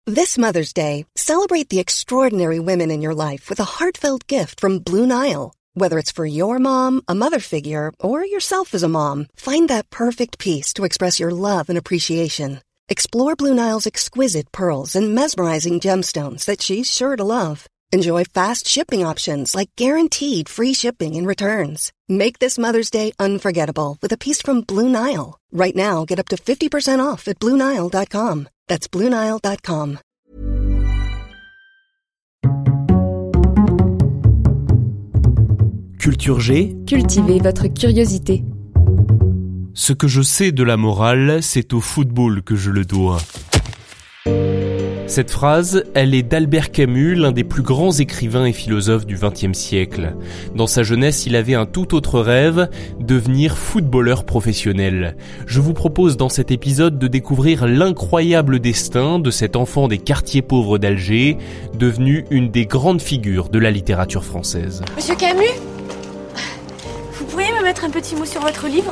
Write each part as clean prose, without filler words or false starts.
This Mother's Day, celebrate the extraordinary women in your life with a heartfelt gift from Blue Nile. Whether it's for your mom, a mother figure, or yourself as a mom, find that perfect piece to express your love and appreciation. Explore Blue Nile's exquisite pearls and mesmerizing gemstones that she's sure to love. Enjoy fast shipping options like guaranteed free shipping and returns. Make this Mother's Day unforgettable with a piece from Blue Nile. Right now, get up to 50% off at BlueNile.com. That's BlueNile.com. Culture G. Cultivez votre curiosité. Ce que je sais de la morale, c'est au football que je le dois. Cette phrase, elle est d'Albert Camus, l'un des plus grands écrivains et philosophes du XXe siècle. Dans sa jeunesse, il avait un tout autre rêve, devenir footballeur professionnel. Je vous propose dans cet épisode de découvrir l'incroyable destin de cet enfant des quartiers pauvres d'Alger, devenu une des grandes figures de la littérature française. Monsieur Camus, vous pourriez me mettre un petit mot sur votre livre ?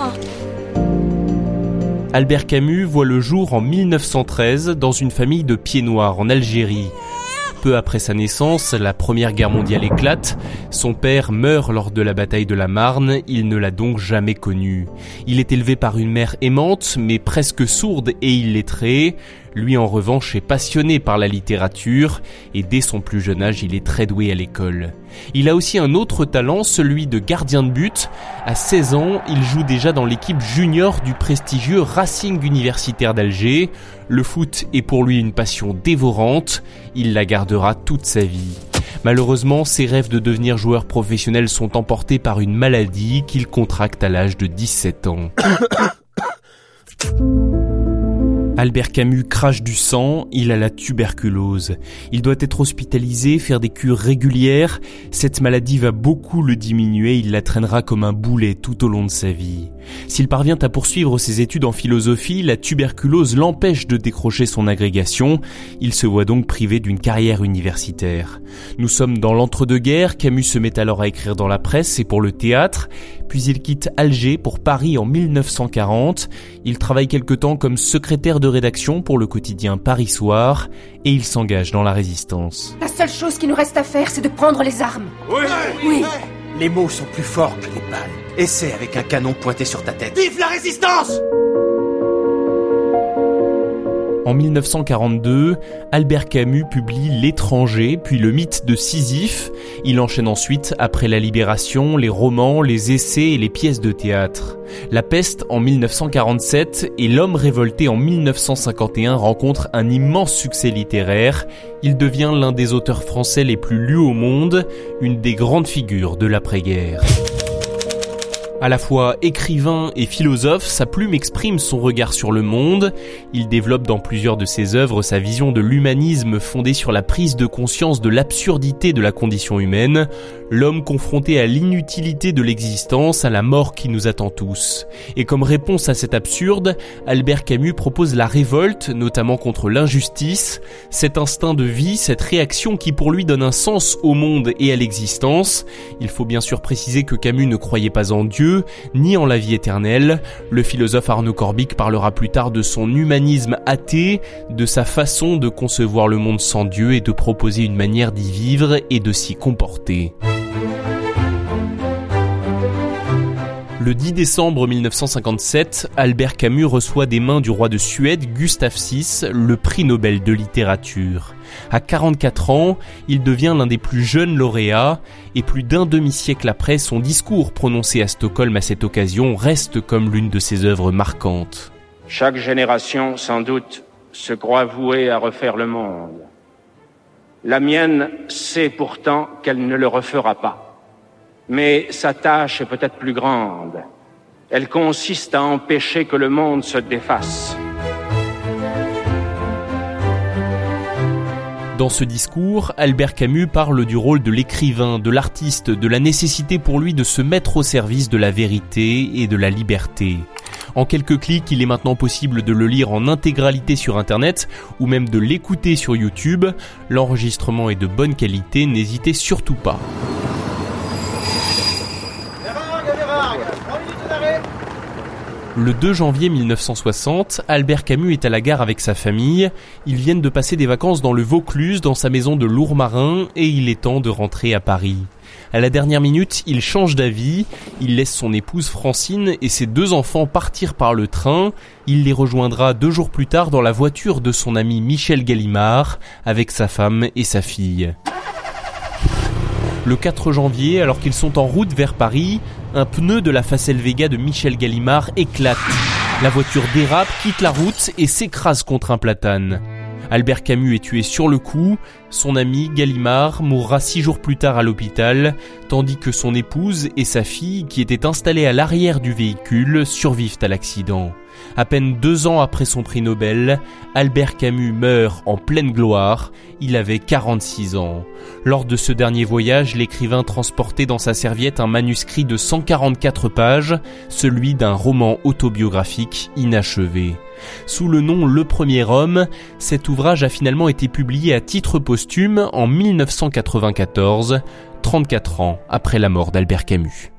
Albert Camus voit le jour en 1913 dans une famille de pieds-noirs en Algérie. Peu après sa naissance, la Première Guerre mondiale éclate. Son père meurt lors de la bataille de la Marne, il ne l'a donc jamais connu. Il est élevé par une mère aimante, mais presque sourde et illettrée. Lui, en revanche, est passionné par la littérature et dès son plus jeune âge, il est très doué à l'école. Il a aussi un autre talent, celui de gardien de but. À 16 ans, il joue déjà dans l'équipe junior du prestigieux Racing universitaire d'Alger. Le foot est pour lui une passion dévorante. Il la gardera toute sa vie. Malheureusement, ses rêves de devenir joueur professionnel sont emportés par une maladie qu'il contracte à l'âge de 17 ans. Albert Camus crache du sang, il a la tuberculose. Il doit être hospitalisé, faire des cures régulières. Cette maladie va beaucoup le diminuer, il la traînera comme un boulet tout au long de sa vie. S'il parvient à poursuivre ses études en philosophie, la tuberculose l'empêche de décrocher son agrégation. Il se voit donc privé d'une carrière universitaire. Nous sommes dans l'entre-deux-guerres, Camus se met alors à écrire dans la presse et pour le théâtre. Puis il quitte Alger pour Paris en 1940. Il travaille quelque temps comme secrétaire de rédaction pour le quotidien Paris Soir et il s'engage dans la résistance. La seule chose qui nous reste à faire, c'est de prendre les armes. Oui. Les mots sont plus forts que les balles. Essaie avec un canon pointé sur ta tête. Vive la résistance! En 1942, Albert Camus publie L'Étranger, puis le mythe de Sisyphe. Il enchaîne ensuite, après la Libération, les romans, les essais et les pièces de théâtre. La Peste en 1947 et L'Homme révolté en 1951 rencontrent un immense succès littéraire. Il devient l'un des auteurs français les plus lus au monde, une des grandes figures de l'après-guerre. À la fois écrivain et philosophe, sa plume exprime son regard sur le monde. Il développe dans plusieurs de ses œuvres sa vision de l'humanisme fondée sur la prise de conscience de l'absurdité de la condition humaine, l'homme confronté à l'inutilité de l'existence, à la mort qui nous attend tous. Et comme réponse à cet absurde, Albert Camus propose la révolte, notamment contre l'injustice, cet instinct de vie, cette réaction qui pour lui donne un sens au monde et à l'existence. Il faut bien sûr préciser que Camus ne croyait pas en Dieu, ni en la vie éternelle. Le philosophe Arnaud Corbich parlera plus tard de son humanisme athée, de sa façon de concevoir le monde sans Dieu et de proposer une manière d'y vivre et de s'y comporter. Le 10 décembre 1957, Albert Camus reçoit des mains du roi de Suède, Gustave VI, le prix Nobel de littérature. À 44 ans, il devient l'un des plus jeunes lauréats et plus d'un demi-siècle après, son discours prononcé à Stockholm à cette occasion reste comme l'une de ses œuvres marquantes. Chaque génération, sans doute, se croit vouée à refaire le monde. La mienne sait pourtant qu'elle ne le refera pas. Mais sa tâche est peut-être plus grande. Elle consiste à empêcher que le monde se défasse. Dans ce discours, Albert Camus parle du rôle de l'écrivain, de l'artiste, de la nécessité pour lui de se mettre au service de la vérité et de la liberté. En quelques clics, il est maintenant possible de le lire en intégralité sur Internet ou même de l'écouter sur YouTube. L'enregistrement est de bonne qualité, n'hésitez surtout pas. Le 2 janvier 1960, Albert Camus est à la gare avec sa famille. Ils viennent de passer des vacances dans le Vaucluse, dans sa maison de Lourmarin, et il est temps de rentrer à Paris. À la dernière minute, il change d'avis. Il laisse son épouse Francine et ses 2 enfants partir par le train. Il les rejoindra 2 jours plus tard dans la voiture de son ami Michel Gallimard, avec sa femme et sa fille. Le 4 janvier, alors qu'ils sont en route vers Paris, un pneu de la Facel Vega de Michel Gallimard éclate. La voiture dérape, quitte la route et s'écrase contre un platane. Albert Camus est tué sur le coup. Son ami Gallimard mourra 6 jours plus tard à l'hôpital, tandis que son épouse et sa fille, qui étaient installées à l'arrière du véhicule, survivent à l'accident. À peine 2 ans après son prix Nobel, Albert Camus meurt en pleine gloire. Il avait 46 ans. Lors de ce dernier voyage, l'écrivain transportait dans sa serviette un manuscrit de 144 pages, celui d'un roman autobiographique inachevé. Sous le nom Le Premier Homme, cet ouvrage a finalement été publié à titre posthume en 1994, 34 ans après la mort d'Albert Camus.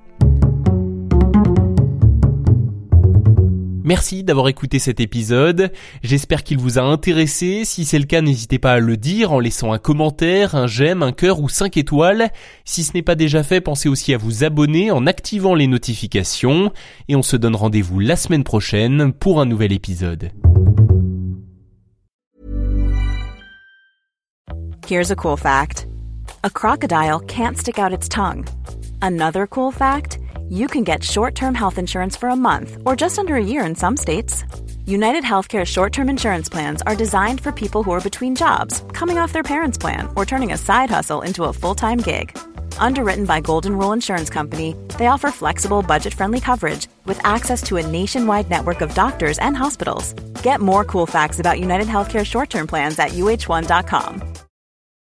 Merci d'avoir écouté cet épisode, j'espère qu'il vous a intéressé. Si c'est le cas, n'hésitez pas à le dire en laissant un commentaire, un j'aime, un cœur ou 5 étoiles. Si ce n'est pas déjà fait, pensez aussi à vous abonner en activant les notifications. Et on se donne rendez-vous la semaine prochaine pour un nouvel épisode. Here's a cool fact. A crocodile can't stick out its tongue. Another cool fact, you can get short-term health insurance for a month or just under a year in some states. United Healthcare short-term insurance plans are designed for people who are between jobs, coming off their parents' plan, or turning a side hustle into a full-time gig. Underwritten by Golden Rule Insurance Company, they offer flexible, budget-friendly coverage with access to a nationwide network of doctors and hospitals. Get more cool facts about United Healthcare short-term plans at uh1.com.